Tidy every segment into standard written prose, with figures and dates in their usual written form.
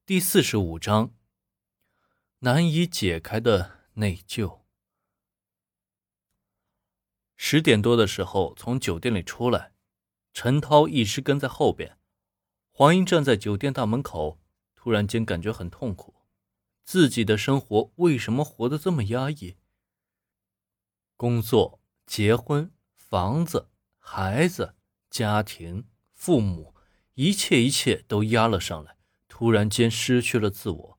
第45章，难以解开的内疚。10点多的时候从酒店里出来，陈涛一直跟在后边。黄英站在酒店大门口，突然间感觉很痛苦，自己的生活为什么活得这么压抑？工作、结婚、房子、孩子、家庭、父母，一切都压了上来，突然间失去了自我。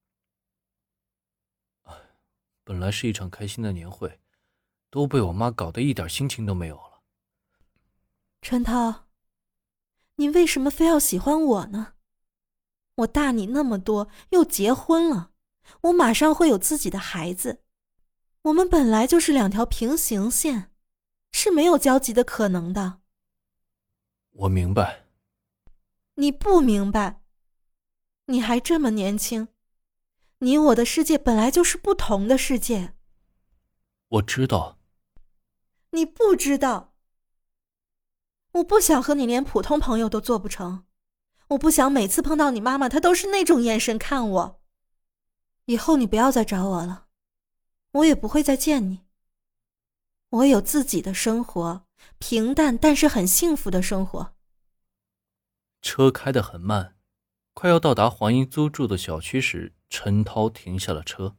本来是一场开心的年会，都被我妈搞得一点心情都没有了。 陈涛，你为什么非要喜欢我呢？我大你那么多，又结婚了，我马上会有自己的孩子，我们本来就是2条平行线，是没有交集的可能的。 我明白。 你不明白，你还这么年轻，你我的世界本来就是不同的世界。 我知道。 你不知道。我不想和你连普通朋友都做不成，我不想每次碰到你妈妈，她都是那种眼神看我。以后你不要再找我了，我也不会再见你。我有自己的生活，平淡但是很幸福的生活。 车开得很慢，快要到达黄英租住的小区时，陈涛停下了车。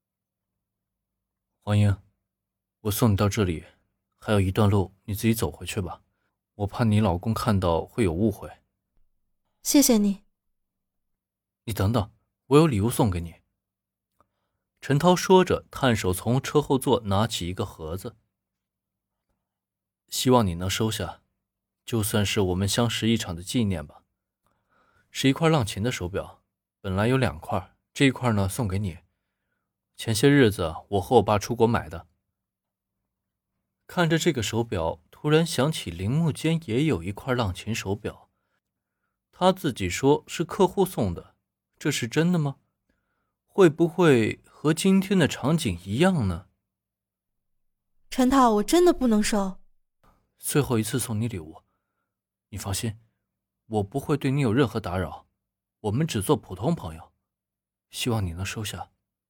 黄英，我送你到这里，还有一段路，你自己走回去吧，我怕你老公看到会有误会。 谢谢你。 你等等，我有礼物送给你。陈涛说着，探手从车后座拿起一个盒子，希望你能收下，就算是我们相识一场的纪念吧。是一块浪琴的手表，本来有2块，这一块呢送给你。前些日子我和我爸出国买的。看着这个手表，突然想起铃木间也有一块浪琴手表，他自己说是客户送的，这是真的吗？会不会和今天的场景一样呢？ 陈涛，我真的不能收。 最后一次送你礼物，你放心，我不会对你有任何打扰，我们只做普通朋友，希望你能收下。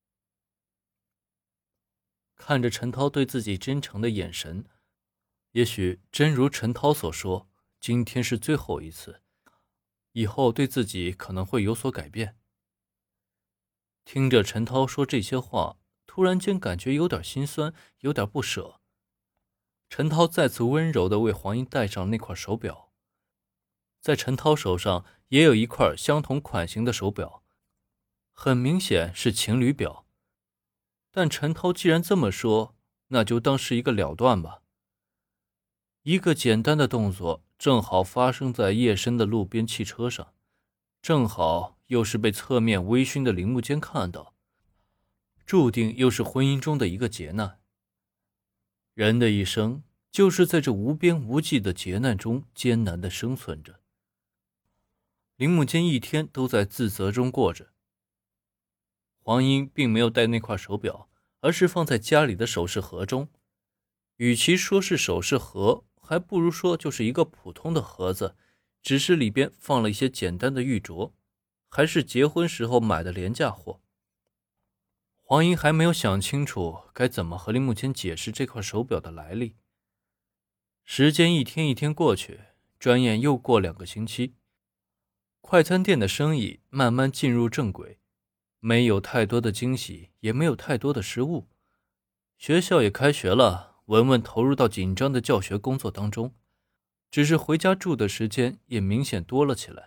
看着陈涛对自己真诚的眼神，也许真如陈涛所说，今天是最后一次，以后对自己可能会有所改变。听着陈涛说这些话，突然间感觉有点心酸，有点不舍。陈涛再次温柔地为黄英戴上那块手表，在陈涛手上也有一块相同款型的手表，很明显是情侣表。但陈涛既然这么说，那就当是一个了断吧。一个简单的动作，正好发生在夜深的路边汽车上，正好又是被侧面微醺的铃木间看到，注定又是婚姻中的一个劫难。人的一生就是在这无边无际的劫难中艰难地生存着。铃木间一天都在自责中过着。黄英并没有戴那块手表，而是放在家里的首饰盒中。与其说是首饰盒，还不如说就是一个普通的盒子，只是里边放了一些简单的玉镯，还是结婚时候买的廉价货。黄英还没有想清楚该怎么和铃木间解释这块手表的来历。时间一天一天过去，转眼又过2个星期，快餐店的生意慢慢进入正轨，没有太多的惊喜，也没有太多的失误。学校也开学了，文文投入到紧张的教学工作当中，只是回家住的时间也明显多了起来。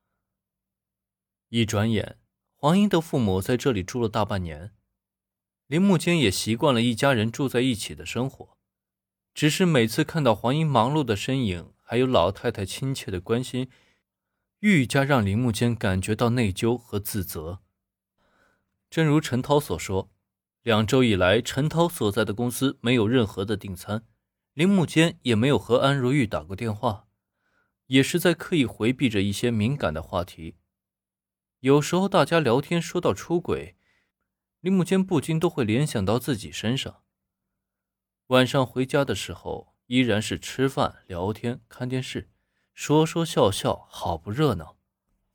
一转眼，黄英的父母在这里住了大半年，铃木间也习惯了一家人住在一起的生活，只是每次看到黄英忙碌的身影，还有老太太亲切的关心，愈加让铃木间感觉到内疚和自责。正如陈涛所说，2周以来，陈涛所在的公司没有任何的订餐，铃木间也没有和安如玉打过电话，也是在刻意回避着一些敏感的话题。有时候大家聊天说到出轨，铃木间不禁都会联想到自己身上。晚上回家的时候，依然是吃饭、聊天、看电视，说说笑笑，好不热闹。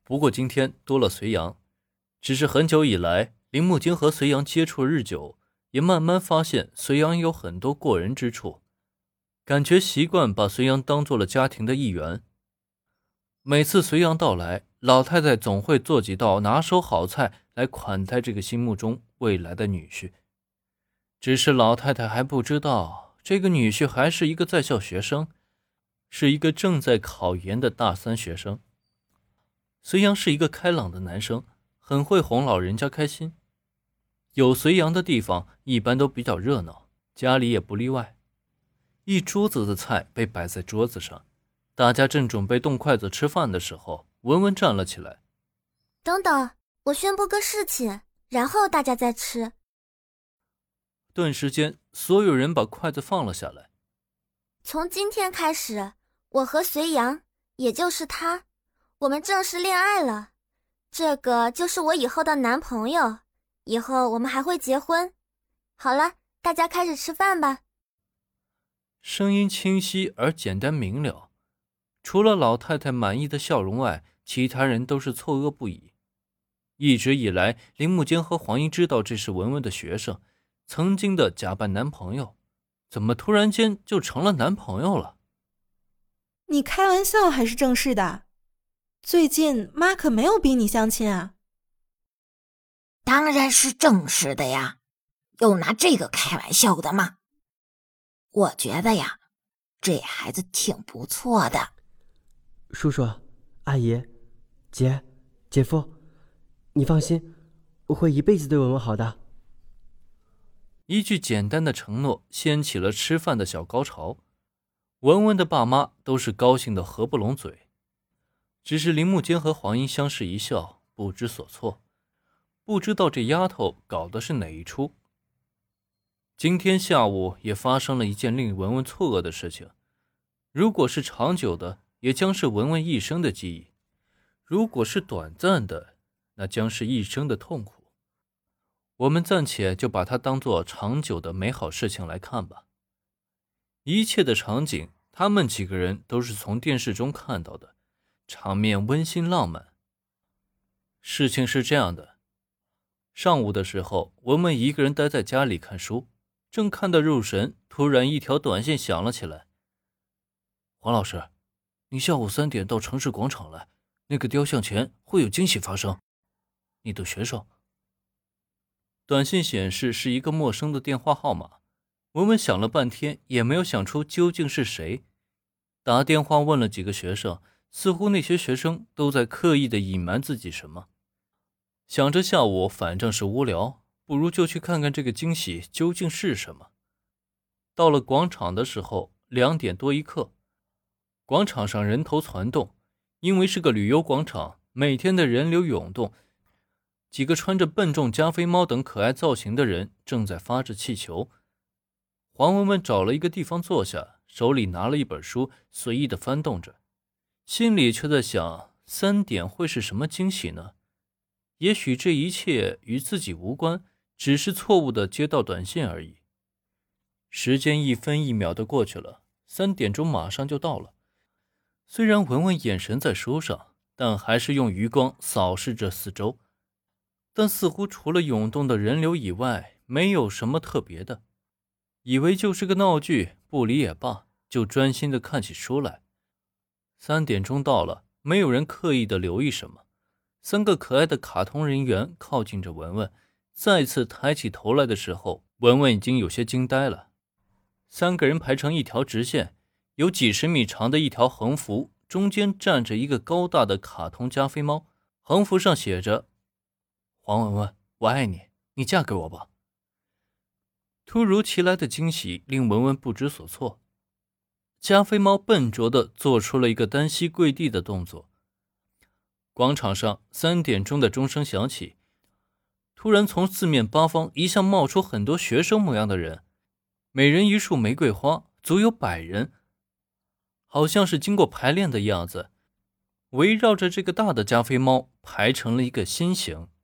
不过今天多了隋阳，只是很久以来，林木间和隋阳接触日久，也慢慢发现隋阳有很多过人之处，感觉习惯把隋阳当做了家庭的一员。每次隋阳到来，老太太总会做几道拿手好菜来款待这个心目中未来的女婿。只是老太太还不知道，这个女婿还是一个在校学生，是一个正在考研的大3学生。隋阳是一个开朗的男生，很会哄老人家开心。有隋阳的地方一般都比较热闹，家里也不例外。一桌子的菜被摆在桌子上，大家正准备动筷子吃饭的时候，文文站了起来。 等等，我宣布个事情，然后大家再吃。 顿时间，所有人把筷子放了下来。 从今天开始，我和隋阳，也就是他，我们正式恋爱了。这个就是我以后的男朋友，以后我们还会结婚。好了，大家开始吃饭吧。 声音清晰而简单明了，除了老太太满意的笑容外，其他人都是错愕不已。一直以来，林木间和黄英知道这是文文的学生，曾经的假扮男朋友，怎么突然间就成了男朋友了？ 你开玩笑还是正式的？最近妈可没有逼你相亲啊。 当然是正式的呀，有拿这个开玩笑的吗？我觉得呀，这孩子挺不错的。 叔叔、阿姨、姐夫，你放心，我会一辈子对文文好的。 一句简单的承诺掀起了吃饭的小高潮。文文的爸妈都是高兴的合不拢嘴，只是林木间和黄英相视一笑，不知所措，不知道这丫头搞的是哪一出。今天下午也发生了一件令文文错愕的事情，如果是长久的，也将是文文一生的记忆；如果是短暂的，那将是一生的痛苦。我们暂且就把它当作长久的美好事情来看吧。一切的场景，他们几个人都是从电视中看到的，场面温馨浪漫。事情是这样的，上午的时候，文文一个人待在家里看书，正看得入神，突然一条短信响了起来。黄老师，你下午3点到城市广场来，那个雕像前会有惊喜发生。你的学生。短信显示是一个陌生的电话号码，文文想了半天也没有想出究竟是谁。打电话问了几个学生，似乎那些学生都在刻意的隐瞒自己什么。想着下午反正是无聊，不如就去看看这个惊喜究竟是什么。到了广场的时候，2点多一刻，广场上人头攒动，因为是个旅游广场，每天的人流涌动。几个穿着笨重加菲猫等可爱造型的人正在发着气球。黄文文找了一个地方坐下，手里拿了一本书，随意地翻动着，心里却在想，3点会是什么惊喜呢？也许这一切与自己无关，只是错误地接到短信而已。时间1分1秒地过去了，3点钟马上就到了。虽然文文眼神在书上，但还是用余光扫视着四周，但似乎除了涌动的人流以外，没有什么特别的。以为就是个闹剧，不理也罢，就专心地看起书来。3点钟到了，没有人刻意地留意什么。3个可爱的卡通人员靠近着文文，再次抬起头来的时候，文文已经有些惊呆了。3个人排成一条直线，有几十米长的一条横幅，中间站着一个高大的卡通加菲猫，横幅上写着：黄文文，我爱你，你嫁给我吧。突如其来的惊喜令文文不知所措，加菲猫笨拙地做出了一个单膝跪地的动作。广场上3点钟的钟声响起，突然从四面八方一下冒出很多学生模样的人，每人一束玫瑰花，足有100人，好像是经过排练的样子，围绕着这个大的加菲猫排成了一个心形。